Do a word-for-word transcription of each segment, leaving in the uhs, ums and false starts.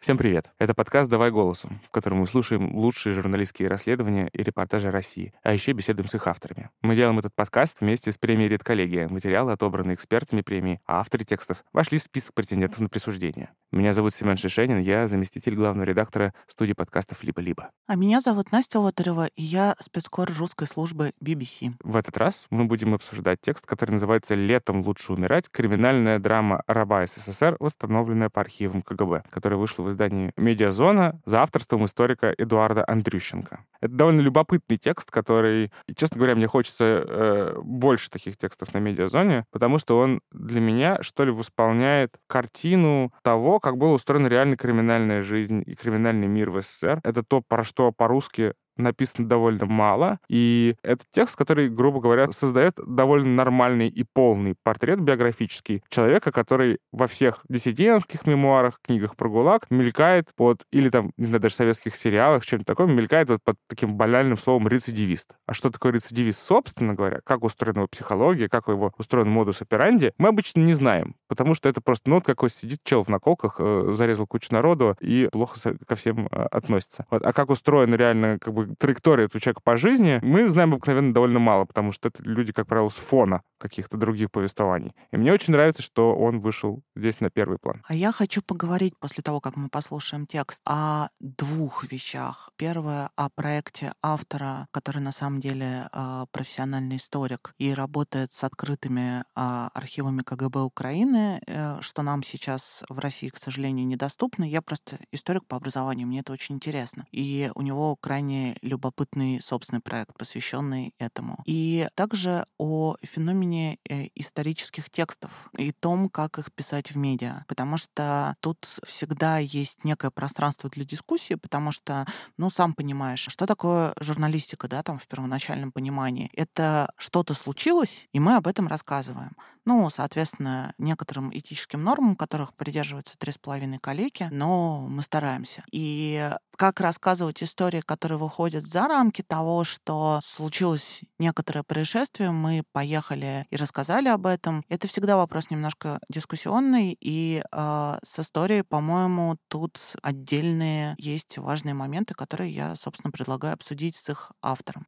Всем привет! Это подкаст «Давай голосом», в котором мы слушаем лучшие журналистские расследования и репортажи России, а еще беседуем с их авторами. Мы делаем этот подкаст вместе с премией «Редколлегия». Материалы, отобранные экспертами премии, а авторы текстов вошли в список претендентов на присуждение. Меня зовут Семен Шишенин, я заместитель главного редактора студии подкастов «Либо-либо». А меня зовут Настя Лотарева, и я спецкор русской службы би би си. В этот раз мы будем обсуждать текст, который называется «Летом лучше умирать. Криминальная драма раба СССР, восстановленная по архивам ка гэ бэ», которая вышла в издании «Медиазона» за авторством историка Эдуарда Андрющенко. Это довольно любопытный текст, который, честно говоря, мне хочется э, больше таких текстов на «Медиазоне», потому что он для меня, что ли, восполняет картину того, как была устроена реально криминальная жизнь и криминальный мир в эс эс эс эр. Это то, про что по-русски написано довольно мало, и это текст, который, грубо говоря, создает довольно нормальный и полный портрет биографический человека, который во всех диссидентских мемуарах, книгах про ГУЛАГ мелькает под, или там, не знаю, даже советских сериалах, чем-то такое, мелькает вот под таким банальным словом рецидивист. А что такое рецидивист, собственно говоря, как устроена его психология, как его устроен модус операнди, мы обычно не знаем, потому что это просто, ну, вот какой сидит чел в наколках, э, зарезал кучу народу и плохо со- ко всем э, относится. Вот. А как устроена реально, как бы, траектория этого человека по жизни, мы знаем обыкновенно довольно мало, потому что это люди, как правило, с фона каких-то других повествований. И мне очень нравится, что он вышел здесь на первый план. А я хочу поговорить после того, как мы послушаем текст, о двух вещах. Первое — о проекте автора, который на самом деле э, профессиональный историк и работает с открытыми э, архивами ка гэ бэ Украины, э, что нам сейчас в России, к сожалению, недоступно. Я просто историк по образованию, мне это очень интересно. И у него крайне любопытный собственный проект, посвященный этому. И также о феномене э, исторических текстов и том, как их писать в медиа. Потому что тут всегда есть некое пространство для дискуссии, потому что, ну, сам понимаешь, что такое журналистика, да, там в первоначальном понимании. Это что-то случилось, и мы об этом рассказываем. Ну, соответственно, некоторым этическим нормам, которых придерживаются три с половиной коллеги, но мы стараемся. И как рассказывать истории, которые выходят за рамки того, что случилось некоторое происшествие, мы поехали и рассказали об этом. Это всегда вопрос немножко дискуссионный, и э, с историей, по-моему, тут отдельные есть важные моменты, которые я, собственно, предлагаю обсудить с их автором.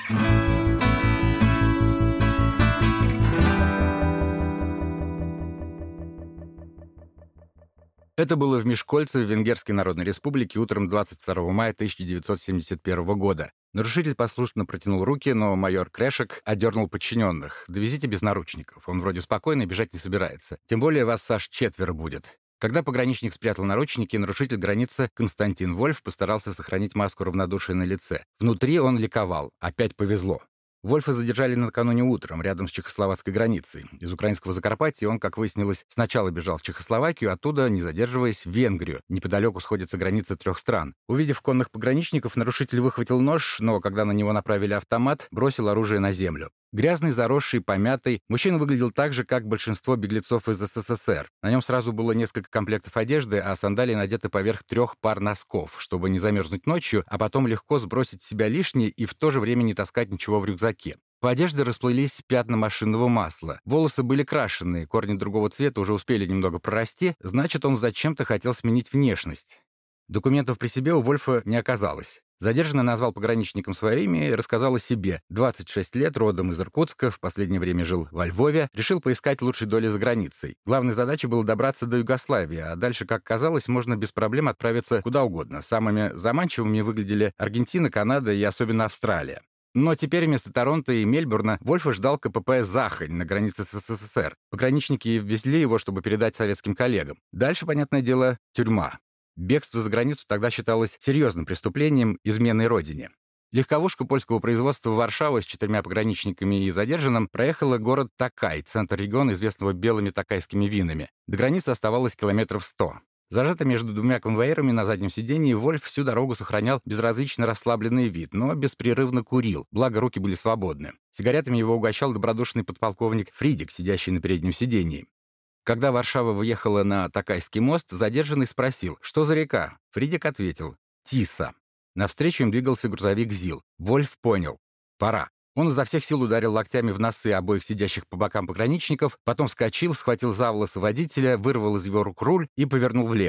Это было в Мишкольце, в Венгерской Народной Республике, утром двадцать второго мая тысяча девятьсот семьдесят первого года. Нарушитель послушно протянул руки, но майор Крешек одернул подчиненных. «Довезите без наручников. Он вроде спокойно, бежать не собирается. Тем более вас аж четверо будет». Когда пограничник спрятал наручники, нарушитель границы Константин Вольф постарался сохранить маску равнодушия на лице. Внутри он ликовал. Опять повезло. Вольфа задержали накануне утром, рядом с чехословацкой границей. Из украинского Закарпатья он, как выяснилось, сначала бежал в Чехословакию, оттуда, не задерживаясь, в Венгрию. Неподалеку сходятся границы трех стран. Увидев конных пограничников, нарушитель выхватил нож, но когда на него направили автомат, бросил оружие на землю. Грязный, заросший, помятый, мужчина выглядел так же, как большинство беглецов из эс эс эс эр. На нем сразу было несколько комплектов одежды, а сандалии надеты поверх трех пар носков, чтобы не замерзнуть ночью, а потом легко сбросить с себя лишнее и в то же время не таскать ничего в рюкзаке. По одежде расплылись пятна машинного масла. Волосы были крашеные, корни другого цвета уже успели немного прорасти, значит, он зачем-то хотел сменить внешность. Документов при себе у Вольфа не оказалось. Задержанный назвал пограничникам свое имя и рассказал о себе. двадцать шесть лет, родом из Иркутска, в последнее время жил во Львове, решил поискать лучшей доли за границей. Главной задачей было добраться до Югославии, а дальше, как казалось, можно без проблем отправиться куда угодно. Самыми заманчивыми выглядели Аргентина, Канада и особенно Австралия. Но теперь вместо Торонто и Мельбурна Вольфа ждал ка пэ пэ «Захань» на границе с эс эс эс эр. Пограничники везли его, чтобы передать советским коллегам. Дальше, понятное дело, тюрьма. Бегство за границу тогда считалось серьезным преступлением, изменой родине. Легковушка польского производства Варшава с четырьмя пограничниками и задержанным проехала город Такай, центр региона, известного белыми такайскими винами. До границы оставалось километров сто. Зажатый между двумя конвоирами на заднем сидении, Вольф всю дорогу сохранял безразлично расслабленный вид, но беспрерывно курил, благо руки были свободны. Сигаретами его угощал добродушный подполковник Фридик, сидящий на переднем сидении. Когда Варшава выехала на Такайский мост, задержанный спросил, что за река. Фридик ответил: «Тиса». Навстречу им двигался грузовик ЗИЛ. Вольф понял: пора. Он изо всех сил ударил локтями в носы обоих сидящих по бокам пограничников, потом вскочил, схватил за волосы водителя, вырвал из его рук руль и повернул влево.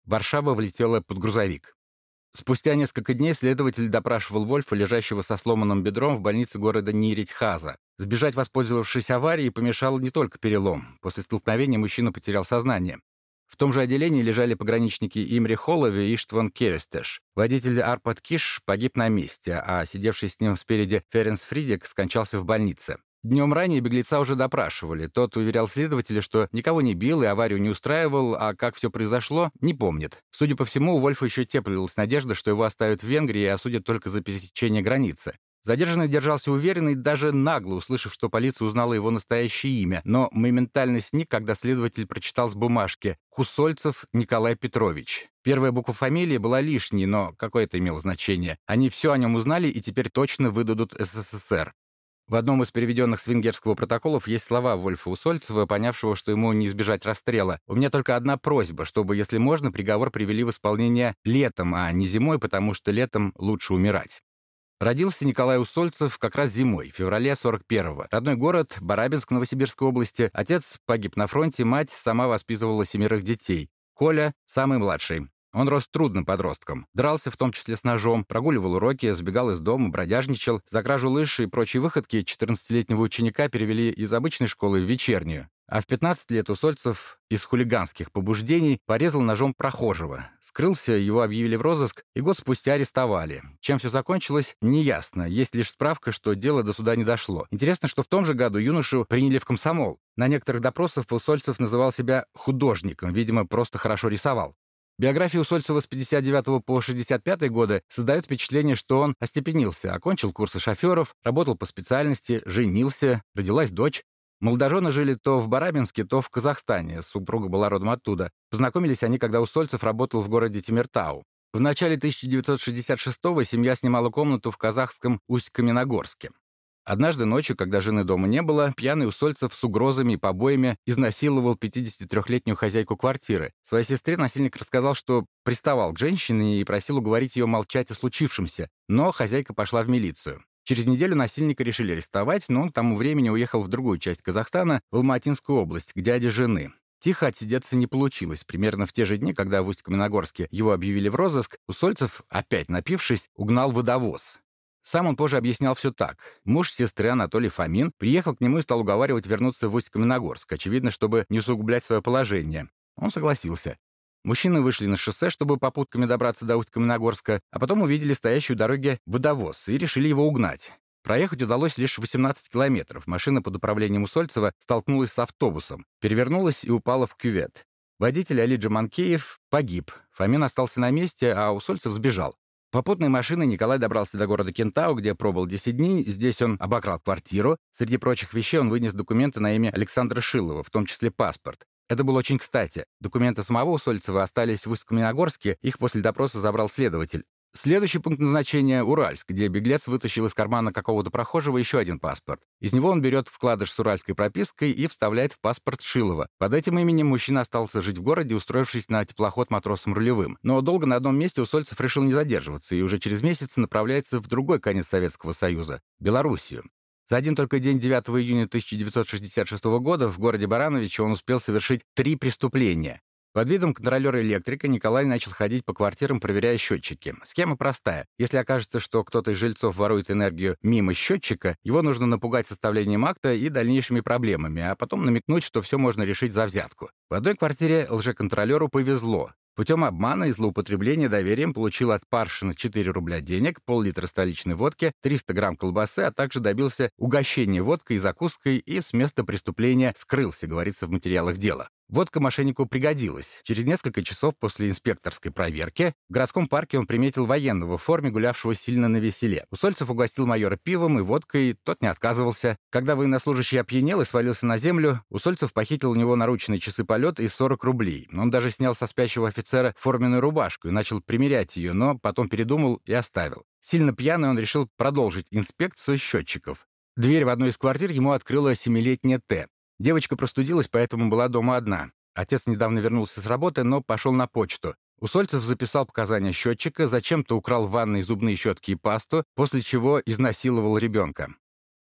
Варшава влетела под грузовик. Спустя несколько дней следователь допрашивал Вольфа, лежащего со сломанным бедром в больнице города Нирить-Хаза. Сбежать, воспользовавшись аварией, помешал не только перелом. После столкновения мужчина потерял сознание. В том же отделении лежали пограничники Имри Холлови и Иштван Керестеш. Водитель Арпад Киш погиб на месте, а сидевший с ним спереди Ференс Фридик скончался в больнице. Днем ранее беглеца уже допрашивали. Тот уверял следователя, что никого не бил и аварию не устраивал, а как все произошло, не помнит. Судя по всему, у Вольфа еще теплилась надежда, что его оставят в Венгрии и осудят только за пересечение границы. Задержанный держался уверенно и даже нагло, услышав, что полиция узнала его настоящее имя, но моментально сник, когда следователь прочитал с бумажки «Хусольцев Николай Петрович». Первая буква фамилии была лишней, но какое это имело значение. Они все о нем узнали и теперь точно выдадут СССР. В одном из переведенных с венгерского протоколов есть слова Вольфа Усольцева, понявшего, что ему не избежать расстрела. «У меня только одна просьба, чтобы, если можно, приговор привели в исполнение летом, а не зимой, потому что летом лучше умирать». Родился Николай Усольцев как раз зимой, в феврале сорок первого. Родной город — Барабинск Новосибирской области. Отец погиб на фронте, мать сама воспитывала семерых детей. Коля — самый младший. Он рос трудным подростком. Дрался, в том числе с ножом, прогуливал уроки, сбегал из дома, бродяжничал. За кражу лыж и прочие выходки четырнадцатилетнего ученика перевели из обычной школы в вечернюю. А в пятнадцать лет Усольцев из хулиганских побуждений порезал ножом прохожего. Скрылся, его объявили в розыск, и год спустя арестовали. Чем все закончилось, неясно. Есть лишь справка, что дело до суда не дошло. Интересно, что в том же году юношу приняли в комсомол. На некоторых допросах Усольцев называл себя художником, видимо, просто хорошо рисовал. Биография Усольцева с пятьдесят девятого по шестьдесят пятый годы создает впечатление, что он остепенился, окончил курсы шоферов, работал по специальности, женился, родилась дочь. Молодожены жили то в Барабинске, то в Казахстане, супруга была родом оттуда. Познакомились они, когда Усольцев работал в городе Темиртау. В начале тысяча девятьсот шестьдесят шестого семья снимала комнату в казахском Усть-Каменогорске. Однажды ночью, когда жены дома не было, пьяный Усольцев с угрозами и побоями изнасиловал пятидесятитрёхлетнюю хозяйку квартиры. Своей сестре насильник рассказал, что приставал к женщине и просил уговорить ее молчать о случившемся, но хозяйка пошла в милицию. Через неделю насильника решили арестовать, но он к тому времени уехал в другую часть Казахстана, в Алматинскую область, к дяде жены. Тихо отсидеться не получилось. Примерно в те же дни, когда в Усть-Каменогорске его объявили в розыск, Усольцев, опять напившись, угнал водовоз. Сам он позже объяснял все так. Муж сестры Анатолий Фомин приехал к нему и стал уговаривать вернуться в Усть-Каменогорск, очевидно, чтобы не усугублять свое положение. Он согласился. Мужчины вышли на шоссе, чтобы попутками добраться до Усть-Каменогорска, а потом увидели стоящий у дороги водовоз и решили его угнать. Проехать удалось лишь восемнадцать километров. Машина под управлением Усольцева столкнулась с автобусом, перевернулась и упала в кювет. Водитель Алиджа Манкеев погиб. Фомин остался на месте, а Усольцев сбежал. Попутной машиной Николай добрался до города Кентау, где пробыл десять дней. Здесь он обокрал квартиру. Среди прочих вещей он вынес документы на имя Александра Шилова, в том числе паспорт. Это было очень кстати. Документы самого Усольцева остались в Усть-Каменогорске, их после допроса забрал следователь. Следующий пункт назначения — Уральск, где беглец вытащил из кармана какого-то прохожего еще один паспорт. Из него он берет вкладыш с уральской пропиской и вставляет в паспорт Шилова. Под этим именем мужчина остался жить в городе, устроившись на теплоход матросом рулевым. Но долго на одном месте Усольцев решил не задерживаться и уже через месяц направляется в другой конец Советского Союза — Белоруссию. За один только день девятого июня тысяча девятьсот шестьдесят шестого года в городе Барановиче он успел совершить три преступления. Под видом контролера-электрика Николай начал ходить по квартирам, проверяя счетчики. Схема простая. Если окажется, что кто-то из жильцов ворует энергию мимо счетчика, его нужно напугать составлением акта и дальнейшими проблемами, а потом намекнуть, что все можно решить за взятку. В одной квартире лжеконтролеру повезло. Путем обмана и злоупотребления доверием получил от Паршина четыре рубля денег, пол-литра столичной водки, триста грамм колбасы, а также добился угощения водкой и закуской и с места преступления скрылся, говорится в материалах дела. Водка мошеннику пригодилась. Через несколько часов после инспекторской проверки в городском парке он приметил военного в форме, гулявшего сильно навеселе. Усольцев угостил майора пивом и водкой, тот не отказывался. Когда военнослужащий опьянел и свалился на землю, Усольцев похитил у него наручные часы полета и сорок рублей. Он даже снял со спящего офицера форменную рубашку и начал примерять ее, но потом передумал и оставил. Сильно пьяный он решил продолжить инспекцию счетчиков. Дверь в одну из квартир ему открыла семилетняя Т. Девочка простудилась, поэтому была дома одна. Отец недавно вернулся с работы, но пошел на почту. Усольцев записал показания счетчика, зачем-то украл в ванной зубные щетки и пасту, после чего изнасиловал ребенка.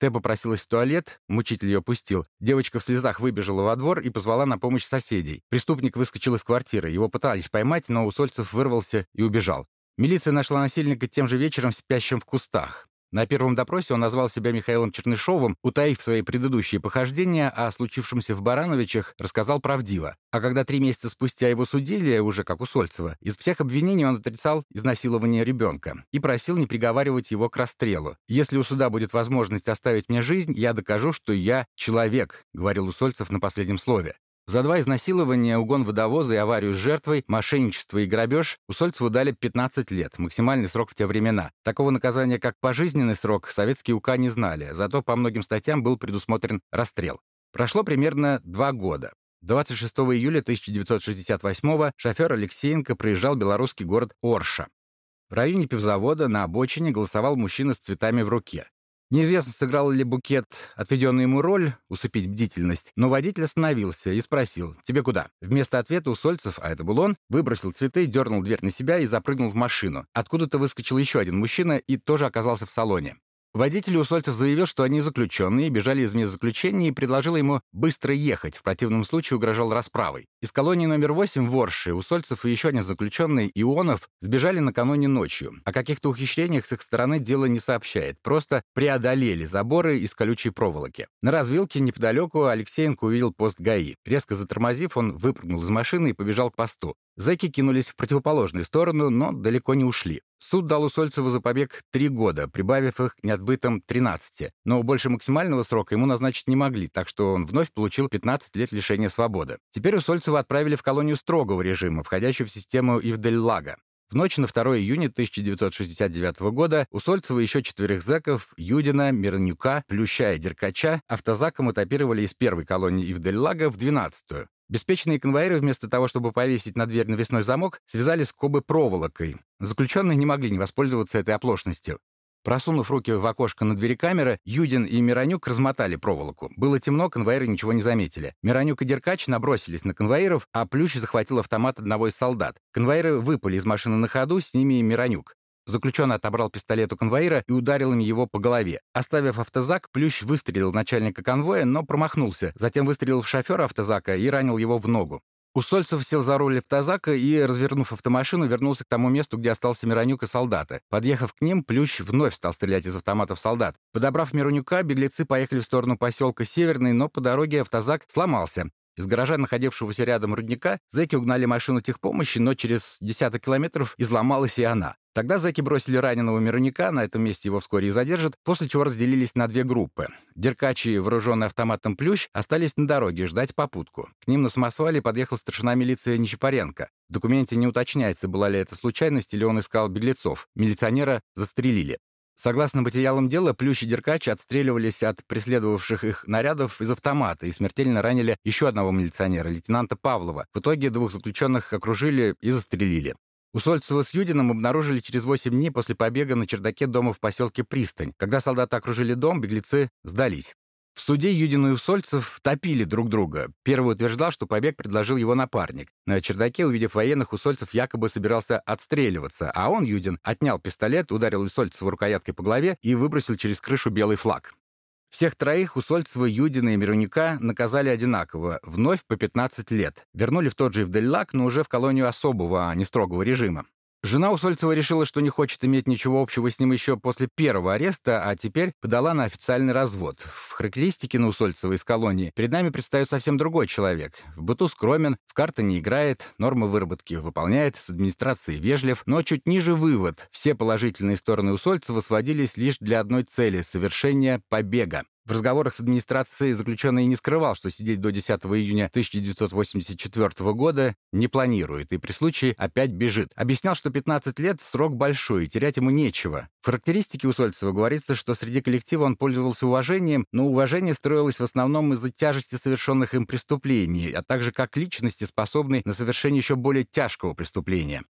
Т попросилась в туалет, мучитель ее пустил. Девочка в слезах выбежала во двор и позвала на помощь соседей. Преступник выскочил из квартиры. Его пытались поймать, но Усольцев вырвался и убежал. Милиция нашла насильника тем же вечером спящим в кустах. На первом допросе он назвал себя Михаилом Чернышовым, утаив свои предыдущие похождения, о случившемся в Барановичах рассказал правдиво. А когда три месяца спустя его судили, уже как Усольцева, из всех обвинений он отрицал изнасилование ребенка и просил не приговаривать его к расстрелу. «Если у суда будет возможность оставить мне жизнь, я докажу, что я человек», — говорил Усольцев на последнем слове. За два изнасилования, угон водовоза и аварию с жертвой, мошенничество и грабеж Усольцеву дали пятнадцать лет, максимальный срок в те времена. Такого наказания, как пожизненный срок, советские УК не знали, зато по многим статьям был предусмотрен расстрел. Прошло примерно два года. двадцать шестого июля тысяча девятьсот шестьдесят восьмого шофер Алексеенко проезжал белорусский город Орша. В районе пивзавода на обочине голосовал мужчина с цветами в руке. Неизвестно, сыграл ли букет отведенную ему роль усыпить бдительность, но водитель остановился и спросил: «Тебе куда?». Вместо ответа Усольцев, а это был он, выбросил цветы, дернул дверь на себя и запрыгнул в машину. Откуда-то выскочил еще один мужчина и тоже оказался в салоне. Водитель Усольцев заявил, что они заключенные, бежали из мест заключения, и предложил ему быстро ехать, в противном случае угрожал расправой. Из колонии номер восемь в Орше Усольцев и еще один заключенный, Ионов, сбежали накануне ночью. О каких-то ухищрениях с их стороны дело не сообщает, просто преодолели заборы из колючей проволоки. На развилке неподалеку Алексеенко увидел пост ГАИ. Резко затормозив, он выпрыгнул из машины и побежал к посту. Зэки кинулись в противоположную сторону, но далеко не ушли. Суд дал Усольцеву за побег три года, прибавив их к неотбытым тринадцати. Но больше максимального срока ему назначить не могли, так что он вновь получил пятнадцать лет лишения свободы. Теперь Усольцева отправили в колонию строгого режима, входящую в систему Ивдель-Лага. В ночь на второе июня тысяча девятьсот шестьдесят девятого года Усольцева и еще четверых зэков Юдина, Миронюка, Плюща и Деркача автозаком этапировали из первой колонии Ивдель-Лага в двенадцатую. Беспечные конвоиры, вместо того, чтобы повесить на дверь навесной замок, связали скобы проволокой. Заключенные не могли не воспользоваться этой оплошностью. Просунув руки в окошко на двери камеры, Юдин и Миронюк размотали проволоку. Было темно, конвоиры ничего не заметили. Миронюк и Деркач набросились на конвоиров, а Плющ захватил автомат одного из солдат. Конвоиры выпали из машины на ходу, с ними и Миронюк. Заключенный отобрал пистолет у конвоира и ударил им его по голове. Оставив автозак, Плющ выстрелил в начальника конвоя, но промахнулся. Затем выстрелил в шофера автозака и ранил его в ногу. Усольцев сел за руль автозака и, развернув автомашину, вернулся к тому месту, где остался Миронюк и солдаты. Подъехав к ним, Плющ вновь стал стрелять из автоматов солдат. Подобрав Миронюка, беглецы поехали в сторону поселка Северный, но по дороге автозак сломался. Из гаража, находившегося рядом рудника, зэки угнали машину техпомощи, но через десяток километров изломалась и она. Тогда зэки бросили раненого Миронюка, на этом месте его вскоре и задержат, после чего разделились на две группы. Деркач и вооруженный автоматом Плющ остались на дороге ждать попутку. К ним на самосвале подъехал старшина милиции Нечапаренко. В документе не уточняется, была ли это случайность или он искал беглецов. Милиционера застрелили. Согласно материалам дела, Плющ и Деркач отстреливались от преследовавших их нарядов из автомата и смертельно ранили еще одного милиционера, лейтенанта Павлова. В итоге двух заключенных окружили и застрелили. Усольцева с Юдиным обнаружили через восемь дней после побега на чердаке дома в поселке Пристань. Когда солдаты окружили дом, беглецы сдались. В суде Юдин и Усольцев топили друг друга. Первый утверждал, что побег предложил его напарник. На чердаке, увидев военных, Усольцев якобы собирался отстреливаться, а он, Юдин, отнял пистолет, ударил Усольцева рукояткой по голове и выбросил через крышу белый флаг. Всех троих, Усольцева, Юдина и Миронюка, наказали одинаково, вновь по пятнадцать лет. Вернули в тот же Ивдель-Лаг, но уже в колонию особого, а не строгого режима. Жена Усольцева решила, что не хочет иметь ничего общего с ним еще после первого ареста, а теперь подала на официальный развод. В характеристике на Усольцева из колонии перед нами предстает совсем другой человек. В быту скромен, в карты не играет, нормы выработки выполняет, с администрацией вежлив, но чуть ниже вывод. Все положительные стороны Усольцева сводились лишь для одной цели — совершения побега. В разговорах с администрацией заключенный не скрывал, что сидеть до десятого июня тысяча девятьсот восемьдесят четвёртого года не планирует и при случае опять бежит. Объяснял, что пятнадцать лет — срок большой, и терять ему нечего. В характеристике Усольцева говорится, что среди коллектива он пользовался уважением, но уважение строилось в основном из-за тяжести совершенных им преступлений, а также как личности, способной на совершение еще более тяжкого преступления.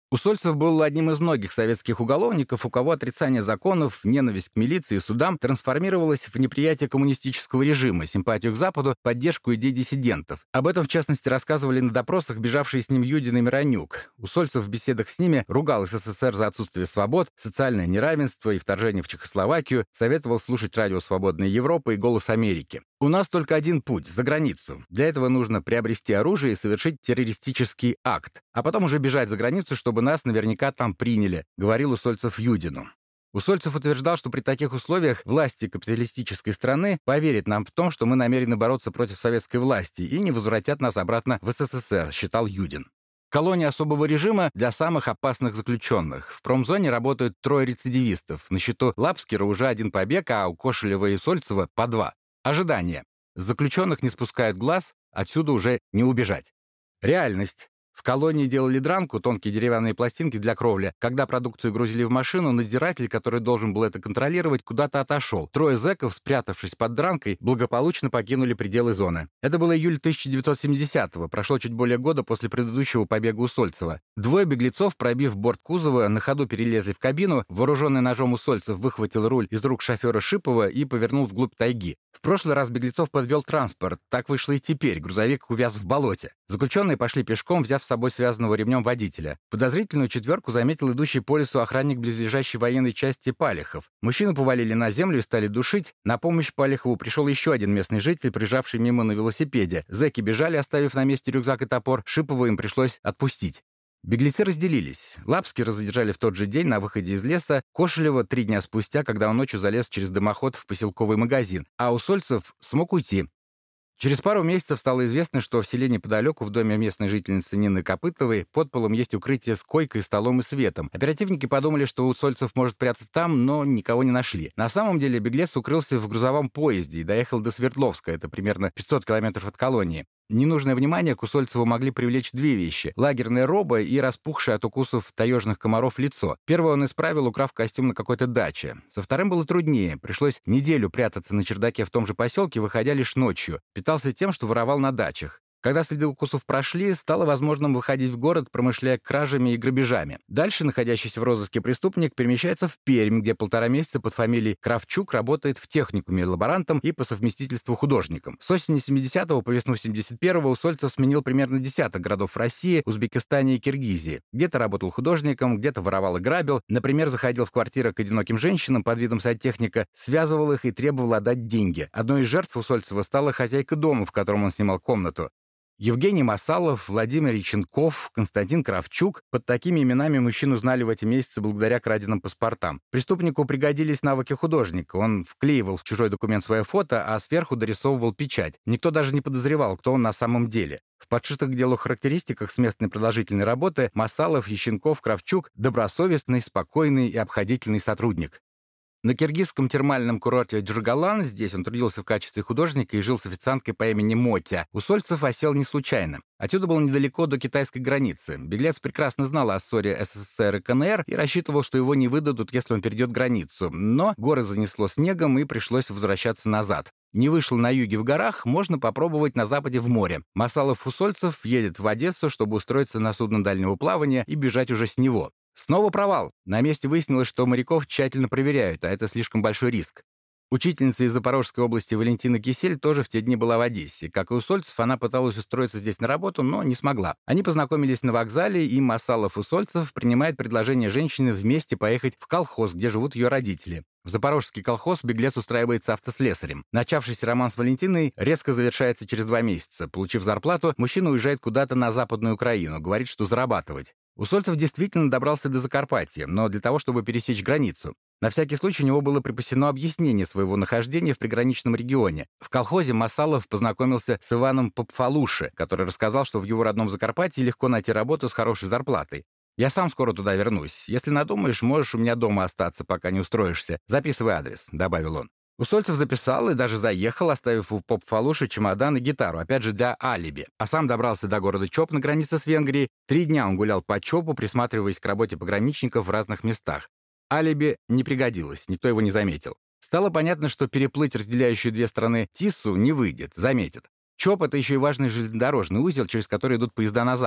Усольцев был одним из многих советских уголовников, у кого отрицание законов, ненависть к милиции и судам трансформировалась в неприятие коммунистического режима, симпатию к Западу, поддержку идей диссидентов. Об этом, в частности, рассказывали на допросах бежавшие с ним Юдин и Миронюк. Усольцев в беседах с ними ругал СССР за отсутствие свобод, социальное неравенство и вторжение в Чехословакию, советовал слушать радио «Свободная Европа» и «Голос Америки». «У нас только один путь — за границу. Для этого нужно приобрести оружие и совершить террористический акт, а потом уже бежать за границу, чтобы нас наверняка там приняли», — говорил Усольцев Юдину. Усольцев утверждал, что при таких условиях власти капиталистической страны поверят нам в том, что мы намерены бороться против советской власти и не возвратят нас обратно в СССР, считал Юдин. Колония особого режима для самых опасных заключенных. В промзоне работают трое рецидивистов. На счету Лапскера уже один побег, а у Кошелева и Усольцева по два. Ожидание. С заключенных не спускают глаз, отсюда уже не убежать. Реальность. В колонии делали дранку, тонкие деревянные пластинки для кровли. Когда продукцию грузили в машину, надзиратель, который должен был это контролировать, куда-то отошел. Трое зэков, спрятавшись под дранкой, благополучно покинули пределы зоны. Это было июль тысяча девятьсот семидесятого, прошло чуть более года после предыдущего побега Усольцева. Двое беглецов, пробив борт кузова, на ходу перелезли в кабину, вооруженный ножом Усольцев выхватил руль из рук шофера Шипова и повернул вглубь тайги. В прошлый раз беглецов подвел транспорт, так вышло и теперь, грузовик увяз в болоте. Заключенные пошли пешком, взяв с собой связанного ремнем водителя. Подозрительную четверку заметил идущий по лесу охранник близлежащей военной части Палихов. Мужчину повалили на землю и стали душить. На помощь Палихову пришел еще один местный житель, приезжавший мимо на велосипеде. Зэки бежали, оставив на месте рюкзак и топор. Шипова им пришлось отпустить. Беглецы разделились. Лапскера задержали в тот же день на выходе из леса, Кошелева три дня спустя, когда он ночью залез через дымоход в поселковый магазин, а Усольцев смог уйти. Через пару месяцев стало известно, что в селе неподалеку, в доме местной жительницы Нины Копытовой, под полом есть укрытие с койкой, столом и светом. Оперативники подумали, что Усольцев может прятаться там, но никого не нашли. На самом деле беглец укрылся в грузовом поезде и доехал до Свердловска, это примерно пятьсот километров от колонии. Ненужное внимание к Усольцеву могли привлечь две вещи — лагерная роба и распухшее от укусов таежных комаров лицо. Первое он исправил, украв костюм на какой-то даче. Со вторым было труднее. Пришлось неделю прятаться на чердаке в том же поселке, выходя лишь ночью. Питался тем, что воровал на дачах. Когда следы укусов прошли, стало возможным выходить в город, промышляя кражами и грабежами. Дальше находящийся в розыске преступник перемещается в Пермь, где полтора месяца под фамилией Кравчук работает в техникуме лаборантом и по совместительству художником. С осени семидесятого по весну семьдесят первого Усольцев сменил примерно десяток городов в России, Узбекистане и Киргизии. Где-то работал художником, где-то воровал и грабил. Например, заходил в квартиры к одиноким женщинам под видом сантехника, связывал их и требовал отдать деньги. Одной из жертв Усольцева стала хозяйка дома, в котором он снимал комнату. Евгений Масалов, Владимир Яченков, Константин Кравчук. Под такими именами мужчину знали в эти месяцы благодаря краденным паспортам. Преступнику пригодились навыки художника. Он вклеивал в чужой документ свое фото, а сверху дорисовывал печать. Никто даже не подозревал, кто он на самом деле. В подшитых к делу характеристиках с местной продолжительной работы Масалов, Яченков, Кравчук — добросовестный, спокойный и обходительный сотрудник. На киргизском термальном курорте Джургалан, здесь он трудился в качестве художника и жил с официанткой по имени Мотя, Усольцев осел не случайно. Отсюда было недалеко до китайской границы. Беглец прекрасно знал о ссоре СССР и КНР и рассчитывал, что его не выдадут, если он перейдет границу. Но горы занесло снегом и пришлось возвращаться назад. Не вышел на юге в горах, можно попробовать на западе в море. Масалов-Усольцев едет в Одессу, чтобы устроиться на судно дальнего плавания и бежать уже с него. Снова провал. На месте выяснилось, что моряков тщательно проверяют, а это слишком большой риск. Учительница из Запорожской области Валентина Кисель тоже в те дни была в Одессе. Как и Усольцев, она пыталась устроиться здесь на работу, но не смогла. Они познакомились на вокзале, и Масалов-Усольцев принимает предложение женщины вместе поехать в колхоз, где живут ее родители. В запорожский колхоз беглец устраивается автослесарем. Начавшийся роман с Валентиной резко завершается через два месяца. Получив зарплату, мужчина уезжает куда-то на Западную Украину, говорит, что зарабатывать. Усольцев действительно добрался до Закарпатья, но для того, чтобы пересечь границу. На всякий случай у него было припасено объяснение своего нахождения в приграничном регионе. В колхозе Масалов познакомился с Иваном Попфалуши, который рассказал, что в его родном Закарпатье легко найти работу с хорошей зарплатой. «Я сам скоро туда вернусь. Если надумаешь, можешь у меня дома остаться, пока не устроишься. Записывай адрес», — добавил он. Усольцев записал и даже заехал, оставив у Попфалуши чемодан и гитару, опять же для алиби. А сам добрался до города Чоп на границе с Венгрией. Три дня он гулял по Чопу, присматриваясь к работе пограничников в разных местах. Алиби не пригодилось, никто его не заметил. Стало понятно, что переплыть разделяющую две страны Тиссу не выйдет, заметят. Чоп — это еще и важный железнодорожный узел, через который идут поезда на запад.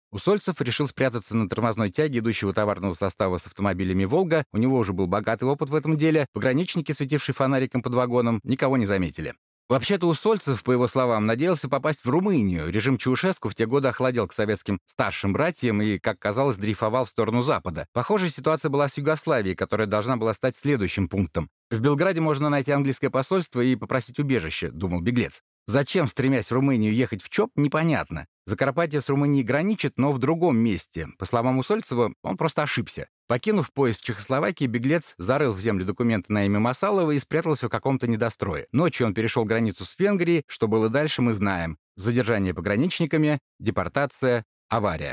Усольцев решил спрятаться на тормозной тяге идущего товарного состава с автомобилями «Волга». У него уже был богатый опыт в этом деле. Пограничники, светившие фонариком под вагоном, никого не заметили. Вообще-то Усольцев, по его словам, надеялся попасть в Румынию. Режим Чаушеску в те годы охладел к советским старшим братьям и, как казалось, дрейфовал в сторону Запада. Похожая ситуация была с Югославией, которая должна была стать следующим пунктом. В Белграде можно найти английское посольство и попросить убежище, думал беглец. Зачем, стремясь в Румынию, ехать в ЧОП, непонятно. Закарпатье с Румынией граничит, но в другом месте. По словам Усольцева, он просто ошибся. Покинув поезд в Чехословакии, беглец зарыл в землю документы на имя Масалова и спрятался в каком-то недострое. Ночью он перешел границу с Венгрией. Что было дальше, мы знаем. Задержание пограничниками, депортация, авария.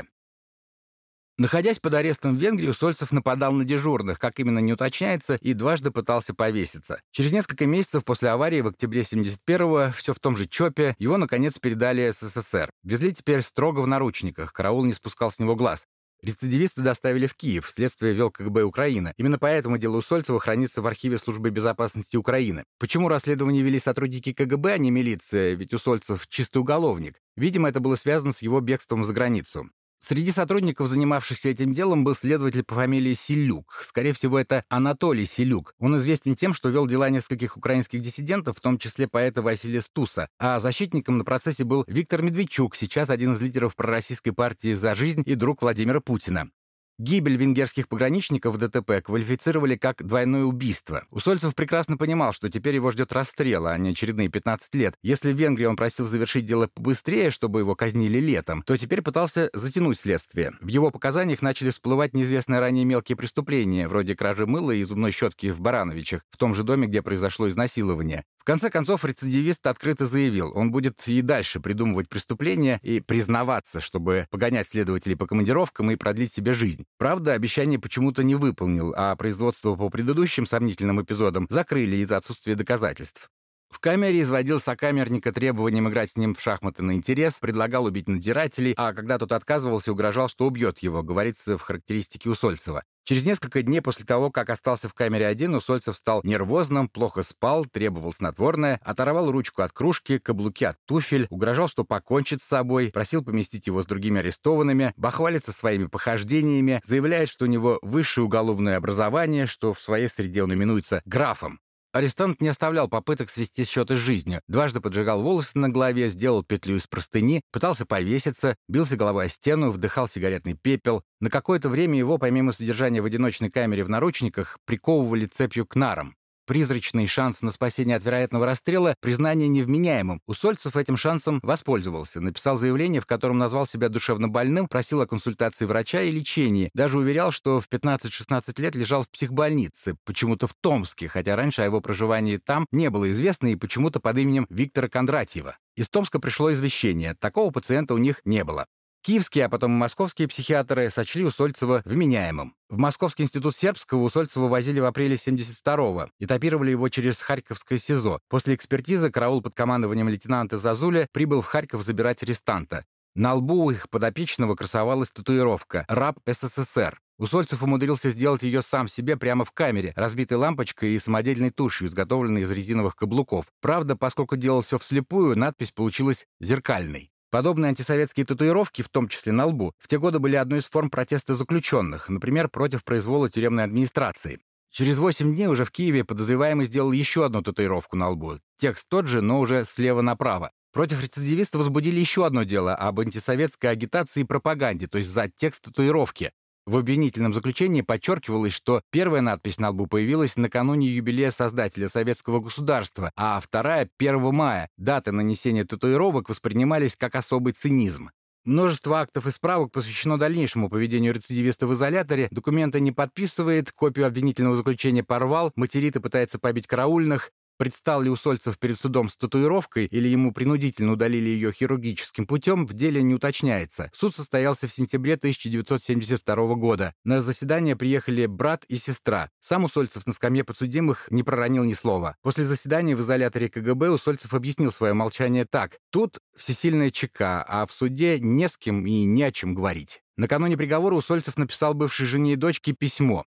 Находясь под арестом в Венгрии, Усольцев нападал на дежурных, как именно не уточняется, и дважды пытался повеситься. Через несколько месяцев после аварии в октябре семьдесят первого, все в том же ЧОПе, его, наконец, передали СССР. Везли теперь строго в наручниках, караул не спускал с него глаз. Рецидивиста доставили в Киев, следствие вел КГБ Украины. Именно поэтому дело Усольцева хранится в архиве Службы безопасности Украины. Почему расследование вели сотрудники КГБ, а не милиция, ведь Усольцев чистый уголовник? Видимо, это было связано с его бегством за границу. Среди сотрудников, занимавшихся этим делом, был следователь по фамилии Селюк. Скорее всего, это Анатолий Селюк. Он известен тем, что вел дела нескольких украинских диссидентов, в том числе поэта Василия Стуса. А защитником на процессе был Виктор Медведчук, сейчас один из лидеров пророссийской партии «За жизнь» и друг Владимира Путина. Гибель венгерских пограничников в ДТП квалифицировали как двойное убийство. Усольцев прекрасно понимал, что теперь его ждет расстрел, а не очередные пятнадцать лет. Если в Венгрии он просил завершить дело побыстрее, чтобы его казнили летом, то теперь пытался затянуть следствие. В его показаниях начали всплывать неизвестные ранее мелкие преступления, вроде кражи мыла и зубной щетки в Барановичах, в том же доме, где произошло изнасилование. В конце концов, рецидивист открыто заявил, он будет и дальше придумывать преступления и признаваться, чтобы погонять следователей по командировкам и продлить себе жизнь. Правда, обещание почему-то не выполнил, а производство по предыдущим сомнительным эпизодам закрыли из-за отсутствия доказательств. В камере изводил сокамерника требованием играть с ним в шахматы на интерес, предлагал убить надзирателей, а когда тот отказывался, угрожал, что убьет его, говорится в характеристике Усольцева. Через несколько дней после того, как остался в камере один, Усольцев стал нервозным, плохо спал, требовал снотворное, оторвал ручку от кружки, каблуки от туфель, угрожал, что покончит с собой, просил поместить его с другими арестованными, бахвалится своими похождениями, заявляет, что у него высшее уголовное образование, что в своей среде он именуется графом. Арестант не оставлял попыток свести счеты с жизнью. Дважды поджигал волосы на голове, сделал петлю из простыни, пытался повеситься, бился головой о стену, вдыхал сигаретный пепел. На какое-то время его, помимо содержания в одиночной камере в наручниках, приковывали цепью к нарам. Призрачный шанс на спасение от вероятного расстрела, признание невменяемым. Усольцев этим шансом воспользовался. Написал заявление, в котором назвал себя душевно больным, просил о консультации врача и лечении. Даже уверял, что в пятнадцать-шестнадцать лет лежал в психбольнице, почему-то в Томске, хотя раньше о его проживании там не было известно и почему-то под именем Виктора Кондратьева. Из Томска пришло извещение. Такого пациента у них не было. Киевские, а потом и московские психиатры сочли Усольцева вменяемым. В Московский институт сербского Усольцева возили в апреле семьдесят второго, этапировали его через Харьковское СИЗО. После экспертизы караул под командованием лейтенанта Зазуля прибыл в Харьков забирать арестанта. На лбу у их подопечного красовалась татуировка «Раб СССР». Усольцев умудрился сделать ее сам себе прямо в камере, разбитой лампочкой и самодельной тушью, изготовленной из резиновых каблуков. Правда, поскольку делал все вслепую, надпись получилась зеркальной. Подобные антисоветские татуировки, в том числе на лбу, в те годы были одной из форм протеста заключенных, например, против произвола тюремной администрации. Через восемь дней уже в Киеве подозреваемый сделал еще одну татуировку на лбу. Текст тот же, но уже слева направо. Против рецидивиста возбудили еще одно дело об антисоветской агитации и пропаганде, то есть за текст татуировки. В обвинительном заключении подчеркивалось, что первая надпись на лбу появилась накануне юбилея создателя советского государства, а вторая — первого мая. Даты нанесения татуировок воспринимались как особый цинизм. Множество актов и справок посвящено дальнейшему поведению рецидивиста в изоляторе, документы не подписывает, копию обвинительного заключения порвал, материт и пытается побить караульных. Предстал ли Усольцев перед судом с татуировкой или ему принудительно удалили ее хирургическим путем, в деле не уточняется. Суд состоялся в сентябре тысяча девятьсот семьдесят второго года. На заседание приехали брат и сестра. Сам Усольцев на скамье подсудимых не проронил ни слова. После заседания в изоляторе КГБ Усольцев объяснил свое молчание так: «Тут всесильная ЧК, а в суде не с кем и не о чем говорить». Накануне приговора Усольцев написал бывшей жене и дочке письмо.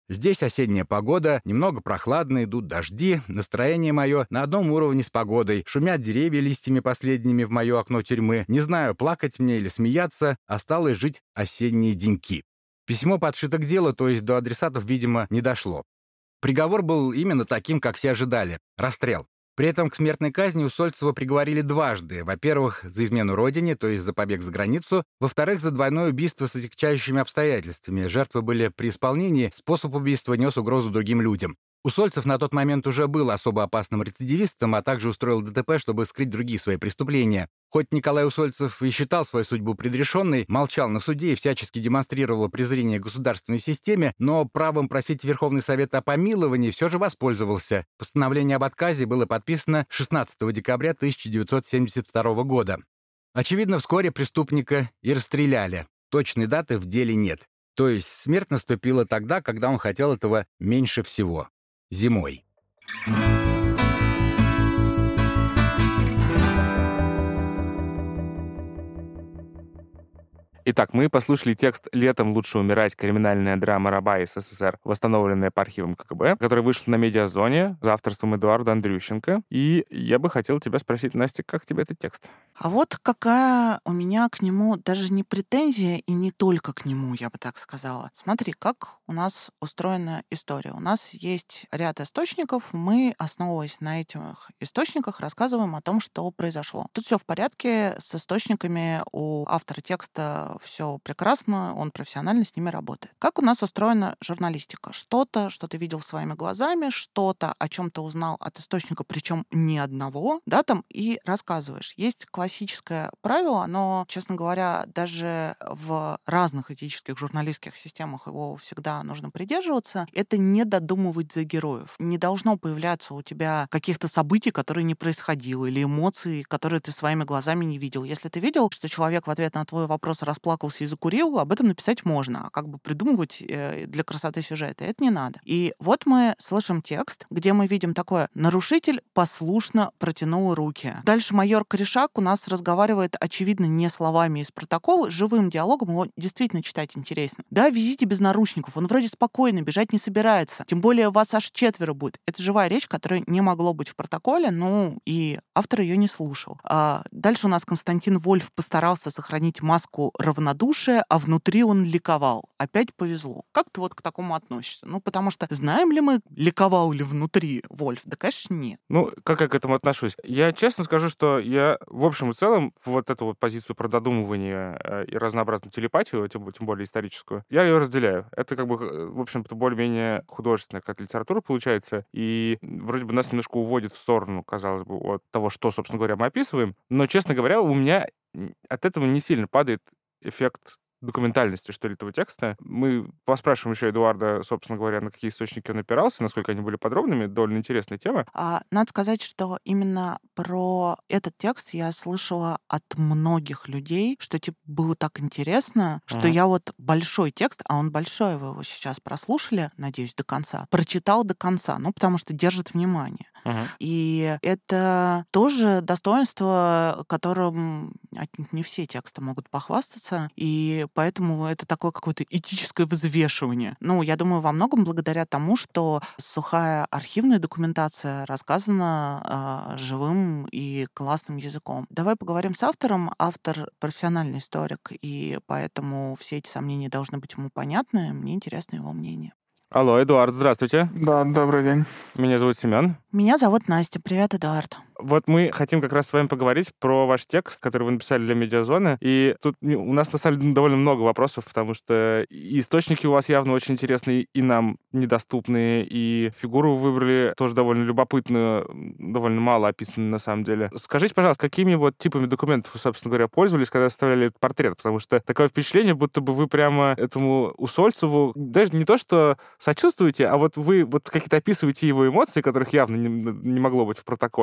Здесь осенняя погода, немного прохладно, идут дожди, настроение мое на одном уровне с погодой, шумят деревья листьями последними в мое окно тюрьмы, не знаю, плакать мне или смеяться, осталось жить осенние деньки. Письмо подшито к делу, то есть до адресатов, видимо, не дошло. Приговор был именно таким, как все ожидали — расстрел. При этом к смертной казни Усольцева приговорили дважды. Во-первых, за измену родине, то есть за побег за границу. Во-вторых, за двойное убийство с отягчающими обстоятельствами. Жертвы были при исполнении, способ убийства нес угрозу другим людям. Усольцев на тот момент уже был особо опасным рецидивистом, а также устроил ДТП, чтобы скрыть другие свои преступления. Хоть Николай Усольцев и считал свою судьбу предрешенной, молчал на суде и всячески демонстрировал презрение к государственной системе, но правом просить Верховный Совет о помиловании все же воспользовался. Постановление об отказе было подписано шестнадцатого декабря тысяча девятьсот семьдесят второго года. Очевидно, вскоре преступника и расстреляли. Точной даты в деле нет. То есть смерть наступила тогда, когда он хотел этого меньше всего. Зимой. Итак, мы послушали текст «Летом лучше умирать. Криминальная драма раба СССР, восстановленная по архивам КГБ», который вышел на Медиазоне за авторством Эдуарда Андрющенко. И я бы хотел тебя спросить, Настя, как тебе этот текст? А вот какая у меня к нему даже не претензия, и не только к нему, я бы так сказала. Смотри, как у нас устроена история. У нас есть ряд источников, мы, основываясь на этих источниках, рассказываем о том, что произошло. Тут все в порядке, с источниками у автора текста все прекрасно, он профессионально с ними работает. Как у нас устроена журналистика? Что-то, что ты видел своими глазами, что-то, о чем ты узнал от источника, причем ни одного, да, там, и рассказываешь. Есть классическое правило, но, честно говоря, даже в разных этических журналистских системах его всегда нужно придерживаться. Это не додумывать за героев. Не должно появляться у тебя каких-то событий, которые не происходило, или эмоций, которые ты своими глазами не видел. Если ты видел, что человек в ответ на твой вопрос расплакался и закурил, об этом написать можно. А как бы придумывать для красоты сюжета это не надо. И вот мы слышим текст, где мы видим такое: нарушитель послушно протянул руки. Дальше майор Корешак у нас разговаривает, очевидно, не словами из протокола, живым диалогом, его действительно читать интересно. Да, везите без наручников, он вроде спокойно, бежать не собирается. Тем более вас аж четверо будет. Это живая речь, которая не могло быть в протоколе, ну и автор ее не слушал. А дальше у нас Константин Вольф постарался сохранить маску равнодушия, а внутри он ликовал. Опять повезло. Как ты вот к такому относишься? Ну, потому что знаем ли мы, ликовал ли внутри Вольф? Да, конечно, нет. Ну, как я к этому отношусь? Я честно скажу, что я, в общем и целом, вот эту вот позицию про додумывание э, и разнообразную телепатию, тем, тем более историческую, я ее разделяю. Это как бы, в общем-то, более-менее художественная какая-то литература получается, и вроде бы нас немножко уводит в сторону, казалось бы, от того, что, собственно говоря, мы описываем. Но, честно говоря, у меня от этого не сильно падает эффект документальности, что ли, этого текста. Мы поспрашиваем еще Эдуарда, собственно говоря, на какие источники он опирался, насколько они были подробными. Довольно интересная тема. А, надо сказать, что именно про этот текст я слышала от многих людей, что типа было так интересно, что Мгм. я вот большой текст, а он большой, вы его сейчас прослушали, надеюсь, до конца, прочитал до конца, ну, потому что держит внимание. Мгм. И это тоже достоинство, которым отнюдь не все тексты могут похвастаться, и поэтому это такое какое-то этическое взвешивание. Ну, я думаю, во многом благодаря тому, что сухая архивная документация рассказана а, живым и классным языком. Давай поговорим с автором. Автор — профессиональный историк, и поэтому все эти сомнения должны быть ему понятны. Мне интересно его мнение. Алло, Эдуард, здравствуйте. Да, добрый день. Меня зовут Семен. Меня зовут Настя. Привет, Эдуард. Вот мы хотим как раз с вами поговорить про ваш текст, который вы написали для Медиазоны. И тут у нас, на самом деле, довольно много вопросов, потому что и источники у вас явно очень интересные, и нам недоступные, и фигуру вы выбрали тоже довольно любопытную, довольно мало описанную на самом деле. Скажите, пожалуйста, какими вот типами документов вы, собственно говоря, пользовались, когда составляли этот портрет? Потому что такое впечатление, будто бы вы прямо этому Усольцеву даже не то что сочувствуете, а вот вы вот какие-то описываете его эмоции, которых явно не, не могло быть в протоколе. Такое впечатление,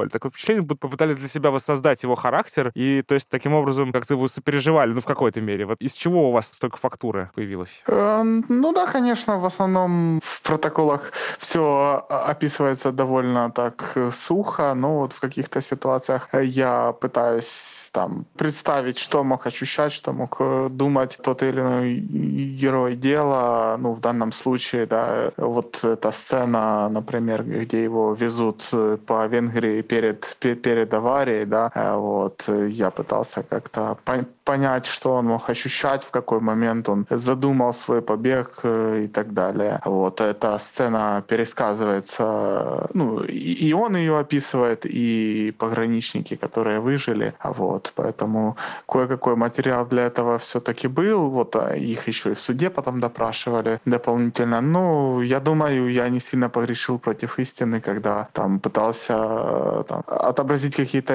впечатление, будто попытались для себя воссоздать его характер, и, то есть, таким образом, как-то вы сопереживали, ну, в какой-то мере. Вот из чего у вас столько фактуры появилось? Э, Ну да, конечно, в основном в протоколах все описывается довольно так э, сухо, но вот в каких-то ситуациях я пытаюсь там представить, что мог ощущать, что мог э, думать тот или иной герой дела. Ну, в данном случае, да, вот эта сцена, например, где его везут э, по Венгрии перед, пе- перед аварией, да, э, вот, э, я пытался как-то пон- понять, что он мог ощущать, в какой момент он задумал свой побег э, и так далее. Вот, эта сцена пересказывается, ну, и, и он ее описывает, и пограничники, которые выжили, вот, поэтому кое-какой материал для этого все-таки был, вот, а их еще и в суде потом допрашивали дополнительно. Ну, я думаю, я не сильно погрешил против истины, когда там пытался э, там, отобразить какие-то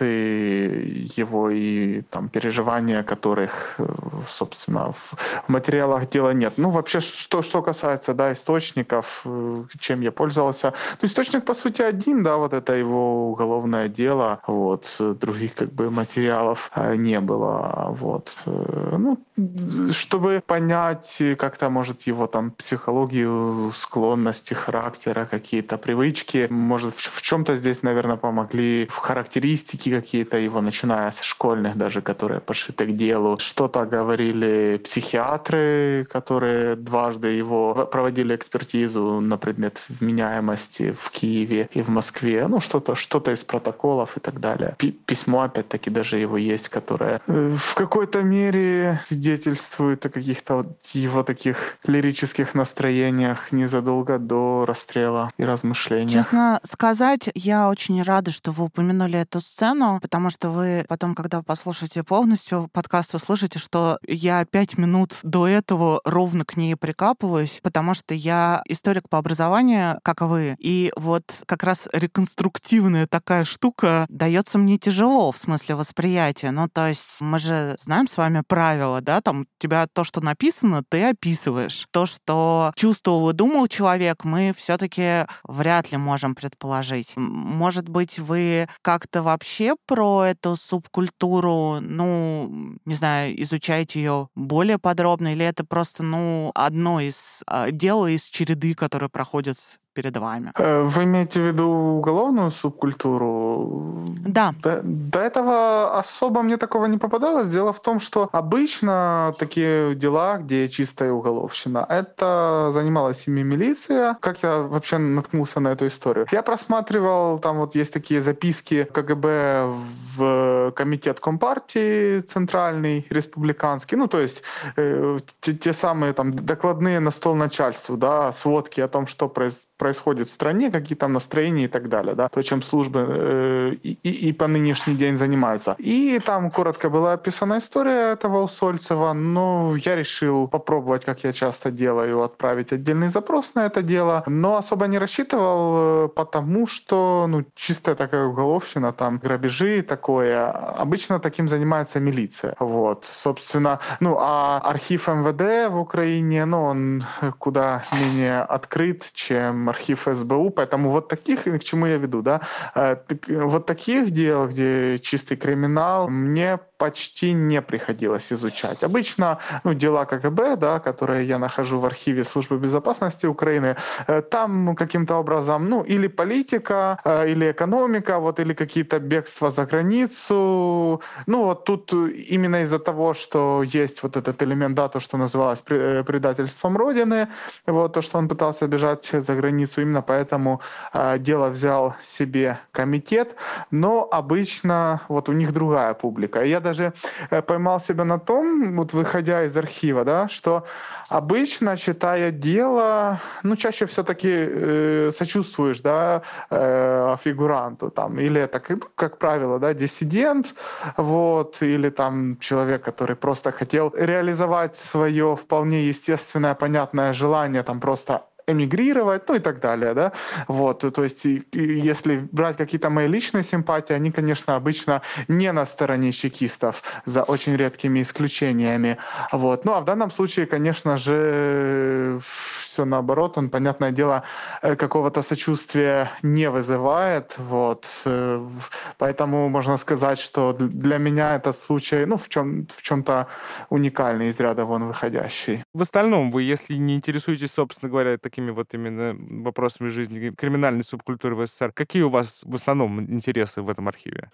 эмоции его и там переживания, которых, э, собственно, в материалах дела нет. Ну, вообще, что, что касается, да, источников, э, чем я пользовался. Ну, источник, по сути, один, да, вот это его уголовное дело, вот, э, других, как бы, материалов э, не было, вот. Э, Ну, чтобы понять как-то, может, его там психологию, склонности характера, какие-то привычки, может, в, в чем-то здесь, наверное, помогли в характеристики какие-то его, начиная с школьных даже, которые подшиты к делу. Что-то говорили психиатры, которые дважды его проводили экспертизу на предмет вменяемости в Киеве и в Москве. Ну, что-то что-то из протоколов и так далее. Пи- Письмо, опять-таки, даже его есть, которое э, в какой-то мере свидетельствует о каких-то вот его таких лирических настроениях незадолго до расстрела и размышления. Честно сказать, я очень рада, что вы упомянули эту сцену, потому что вы потом, когда послушаете полностью подкаст, услышите, что я пять минут до этого ровно к ней прикапываюсь, потому что я историк по образованию, как и вы, и вот как раз реконструктивная такая штука дается мне тяжело в смысле восприятия. Ну, то есть мы же знаем с вами правила, да, там у тебя то, что написано, ты описываешь. То, что чувствовал и думал человек, мы все-таки вряд ли можем предположить. М, Может быть, вы как-то вообще про эту субкультуру, ну, не знаю, изучаете ее более подробно, или это просто, ну, одно из а, дел из череды, которые проходят перед вами? Э, Вы имеете в виду уголовную субкультуру? Да. До, до этого особо мне такого не попадалось. Дело в том, что обычно такие дела, где чистая уголовщина, это занималась ими милиция. Как я вообще наткнулся на эту историю? Я просматривал, там вот есть такие записки КГБ в комитет Компартии центральный, республиканский, ну то есть э, те, те самые там докладные на стол начальству, да, сводки о том, что произошло происходит в стране, какие там настроения и так далее, да, то, чем службы э, и, и, и по нынешний день занимаются. И там коротко была описана история этого Усольцева, но я решил попробовать, как я часто делаю, отправить отдельный запрос на это дело, но особо не рассчитывал, э, потому что, ну, чистая такая уголовщина, там, грабежи и такое, обычно таким занимается милиция, вот, собственно, ну, а архив эм вэ дэ в Украине, ну, он куда менее открыт, чем архив эс бэ у, поэтому вот таких, к чему я веду, да, вот таких дел, где чистый криминал, мне почти не приходилось изучать. Обычно, ну, дела ка гэ бэ, да, которые я нахожу в архиве Службы безопасности Украины, там каким-то образом, ну, или политика, или экономика, вот, или какие-то бегства за границу. Ну, вот тут именно из-за того, что есть вот этот элемент, да, то, что называлось предательством Родины, вот, то, что он пытался бежать за границу, именно поэтому э, дело взял себе комитет, но обычно вот у них другая публика. Я даже э, поймал себя на том, вот выходя из архива, да, что обычно, читая дело, ну, чаще все-таки э, сочувствуешь, да, э, фигуранту, там, или это, ну, как правило, да, диссидент, вот, или там человек, который просто хотел реализовать свое вполне естественное, понятное желание, там, просто эмигрировать, ну и так далее, да, вот, то есть и, и если брать какие-то мои личные симпатии, они, конечно, обычно не на стороне чекистов, за очень редкими исключениями, вот, ну а в данном случае, конечно же, все наоборот. Он, понятное дело, какого-то сочувствия не вызывает. Вот. Поэтому можно сказать, что для меня этот случай, ну, в, чем, в чем-то уникальный, из ряда вон выходящий. В остальном вы, если не интересуетесь, собственно говоря, такими вот именно вопросами жизни криминальной субкультуры в СССР, какие у вас в основном интересы в этом архиве?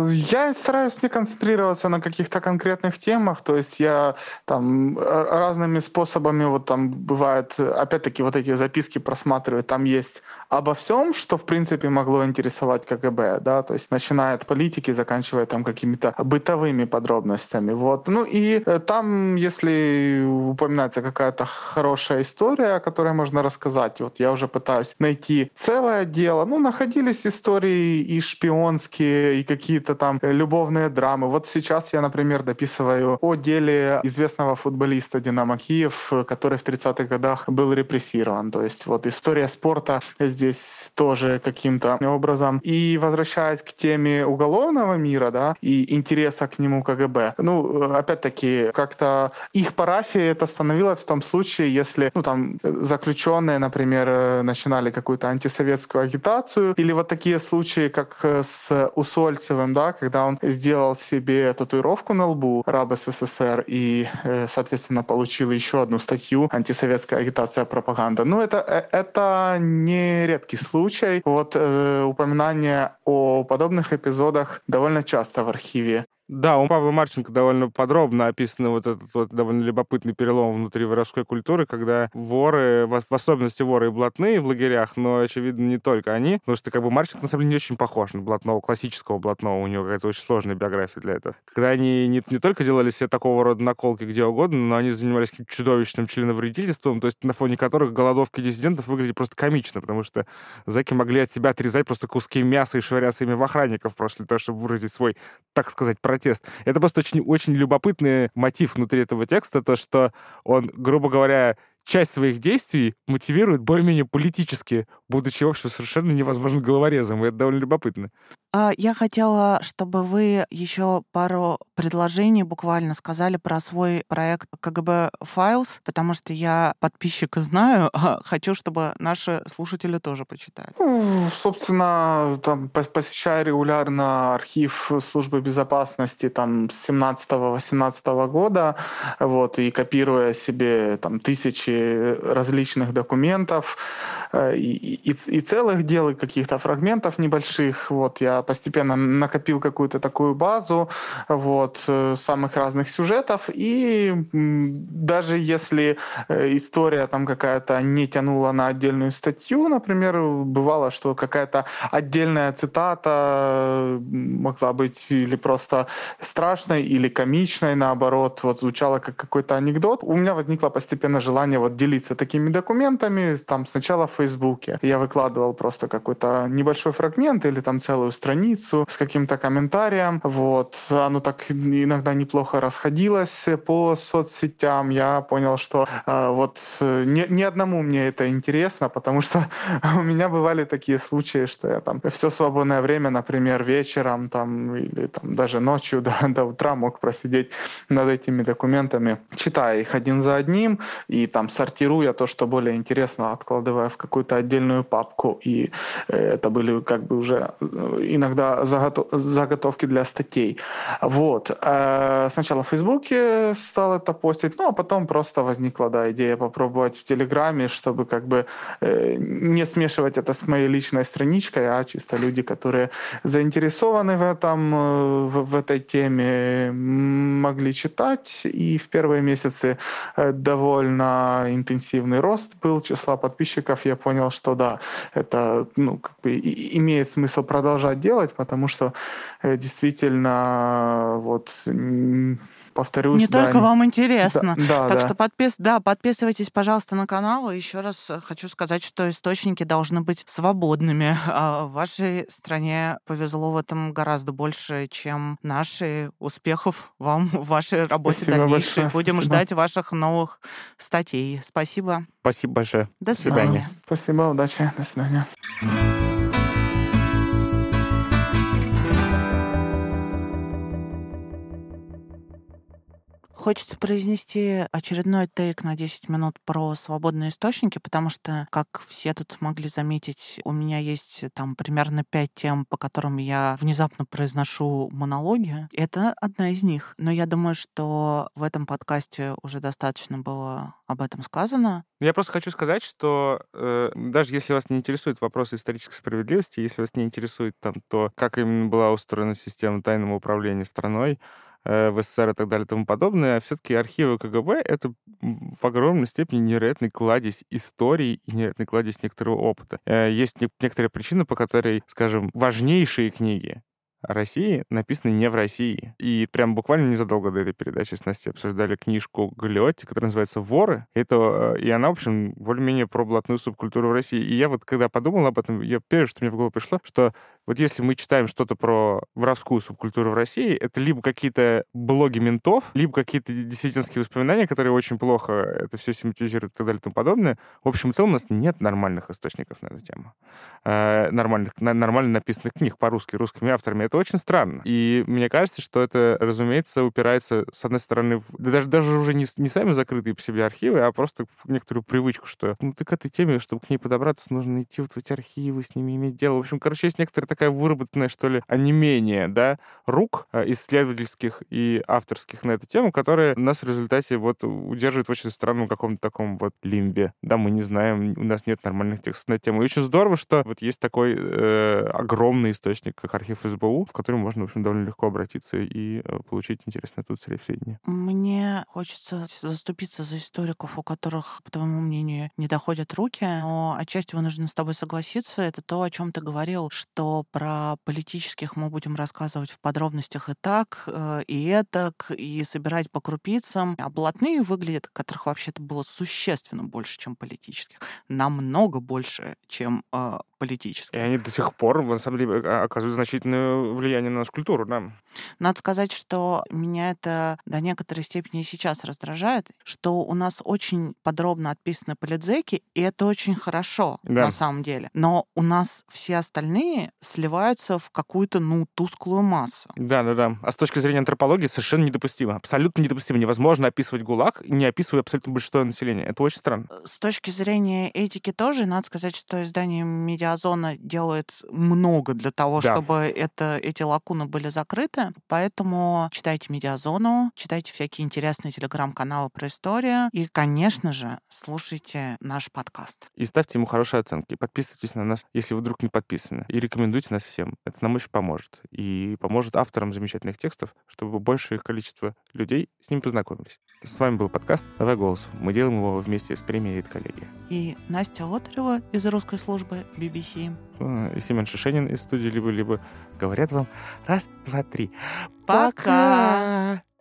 Я стараюсь не концентрироваться на каких-то конкретных темах, то есть я там разными способами, вот там бывает, опять-таки вот эти записки просматриваю, там есть обо всем, что в принципе могло интересовать КГБ, да, то есть начиная от политики, заканчивая там какими-то бытовыми подробностями, вот. Ну и там, если упоминается какая-то хорошая история, о которой можно рассказать, вот я уже пытаюсь найти целое дело, ну, находились истории и шпионские, и какие-то там любовные драмы. Вот сейчас я, например, дописываю о деле известного футболиста «Динамо Киев», который в тридцатых годах был репрессирован. То есть вот история спорта здесь тоже каким-то образом. И возвращаясь к теме уголовного мира, да, и интереса к нему КГБ, ну, опять-таки, как-то их парафией это становилось в том случае, если, ну, там, заключенные, например, начинали какую-то антисоветскую агитацию, или вот такие случаи, как с Усольцевым, да, когда он сделал себе татуировку на лбу «Раб СССР» и, соответственно, получил еще одну статью «Антисоветская агитация, пропаганда». Ну, это, это не редкий случай. Вот э, упоминание о подобных эпизодах довольно часто в архиве. Да, у Павла Марченко довольно подробно описан вот этот вот довольно любопытный перелом внутри воровской культуры, когда воры, в особенности воры и блатные в лагерях, но, очевидно, не только они, потому что как бы Марченко, на самом деле, не очень похож на блатного, классического блатного, у него какая-то очень сложная биография для этого. Когда они не, не только делали себе такого рода наколки где угодно, но они занимались каким-то чудовищным членовредительством, то есть на фоне которых голодовки диссидентов выглядят просто комично, потому что зэки могли от себя отрезать просто куски мяса и швыряться ими в охранников просто для того, чтобы выразить свой, так сказать, протест. Это просто очень, очень любопытный мотив внутри этого текста, то, что он, грубо говоря, часть своих действий мотивирует более-менее политически, будучи, в общем, совершенно невозможным головорезом, и это довольно любопытно. Я хотела, чтобы вы еще пару предложений буквально сказали про свой проект КГБ Files, потому что я подписчика знаю, а хочу, чтобы наши слушатели тоже почитали. Ну, собственно, там, посещая регулярно архив службы безопасности там, с семнадцатого-восемнадцатого года, вот, и копируя себе там, тысячи различных документов, и, и, и целых дел, и каких-то фрагментов небольших, вот, я постепенно накопил какую-то такую базу вот, самых разных сюжетов, и даже если история там какая-то не тянула на отдельную статью, например, бывало, что какая-то отдельная цитата могла быть или просто страшной, или комичной, наоборот, вот звучала как какой-то анекдот. У меня возникло постепенно желание вот делиться такими документами, там сначала в Фейсбуке. Я выкладывал просто какой-то небольшой фрагмент или там целую страницу с каким-то комментарием. Вот. Оно так иногда неплохо расходилось по соцсетям. Я понял, что э, вот ни, ни одному мне это интересно, потому что у меня бывали такие случаи, что я там все свободное время, например, вечером там, или там, даже ночью до, до утра мог просидеть над этими документами, читая их один за одним и там сортируя то, что более интересно, откладывая в какую-то отдельную папку. И это были как бы уже иногда заготов... заготовки для статей. Вот. Сначала в Фейсбуке стал это постить, ну а потом просто возникла да, идея попробовать в Телеграме, чтобы как бы не смешивать это с моей личной страничкой, а чисто люди, которые заинтересованы в этом, в, в этой теме, могли читать. И в первые месяцы довольно интенсивный рост был числа подписчиков. Я понял, что да, это ну, как бы имеет смысл продолжать делать, потому что действительно вот повторюсь. Не да, только вам интересно. Да, да, так да. что подпис... да, подписывайтесь, пожалуйста, на канал. И еще раз хочу сказать, что источники должны быть свободными. А в вашей стране повезло в этом гораздо больше, чем наши. Успехов вам в вашей работе Спасибо дальнейшей. большое, Будем спасибо. ждать ваших новых статей. Спасибо. Спасибо большое. До До свидания. свидания. Спасибо, удачи, до свидания. хочется произнести очередной тейк на десять минут про свободные источники, потому что, как все тут могли заметить, у меня есть там примерно пять тем, по которым я внезапно произношу монологи. Это одна из них. Но я думаю, что в этом подкасте уже достаточно было об этом сказано. Я просто хочу сказать, что э, даже если вас не интересуют вопросы исторической справедливости, если вас не интересует там то, как именно была устроена система тайного управления страной э, в СССР и так далее и тому подобное, все-таки архивы КГБ — это в огромной степени невероятный кладезь истории и невероятный кладезь некоторого опыта. Э, есть не- некоторые причины, по которой, скажем, важнейшие книги о России написаны не в России. И прям буквально незадолго до этой передачи с Настей обсуждали книжку Галиотти, которая называется «Воры». Это, и она, в общем, более-менее про блатную субкультуру в России. И я вот, когда подумал об этом, я первое, что мне в голову пришло, что вот если мы читаем что-то про воровскую субкультуру в России, это либо какие-то блоги ментов, либо какие-то диссидентские воспоминания, которые очень плохо это все семантизируют и так далее и тому подобное. В общем и целом у нас нет нормальных источников на эту тему. Э, нормальных, на, нормально написанных книг по-русски, русскими авторами. Это очень странно. И мне кажется, что это, разумеется, упирается, с одной стороны, в, да даже, даже уже не, не сами закрытые по себе архивы, а просто в некоторую привычку, что ну ты к этой теме, чтобы к ней подобраться, нужно идти вот в эти архивы, с ними иметь дело. В общем, короче, есть некоторая такая выработанная, что ли, онемение, да, рук исследовательских и авторских на эту тему, которые нас в результате вот удерживают в очень странном каком-то таком вот лимбе. Да, мы не знаем, у нас нет нормальных текстов на эту тему. И очень здорово, что вот есть такой э, огромный источник, как архив СБУ, в который можно, в общем, довольно легко обратиться и э, получить интересные тут сведения. Мне хочется заступиться за историков, у которых, по твоему мнению, не доходят руки, но отчасти вынужден с тобой согласиться. Это то, о чем ты говорил, что про политических мы будем рассказывать в подробностях и так, э, и этак, и собирать по крупицам. А блатные выглядят, которых вообще-то было существенно больше, чем политических. Намного больше, чем э, политических. И они до сих пор, на самом деле, оказывают значительное влияние на нашу культуру, да. Надо сказать, что меня это до некоторой степени и сейчас раздражает, что у нас очень подробно отписаны политзеки, и это очень хорошо Да. на самом деле. Но у нас все остальные сливаются в какую-то, ну, тусклую массу. Да, да, да. А с точки зрения антропологии совершенно недопустимо. Абсолютно недопустимо. Невозможно описывать ГУЛАГ, не описывая абсолютно большинство населения. Это очень странно. С точки зрения этики тоже, надо сказать, что издание «Медиазона» делает много для того, Да. чтобы это, эти лакуны были закрыты. Поэтому читайте «Медиазону», читайте всякие интересные телеграм-каналы про историю и, конечно же, слушайте наш подкаст. И ставьте ему хорошие оценки. Подписывайтесь на нас, если вы вдруг не подписаны. И рекомендуйте нас всем. Это нам очень поможет. И поможет авторам замечательных текстов, чтобы большее количество людей с ним познакомились. С вами был подкаст «Давай голос». Мы делаем его вместе с премией «Редколлегия». И Настя Лотарева из русской службы би би си. И Семен Шишенин из студии «Либо-либо» говорят вам раз, два, три. Пока!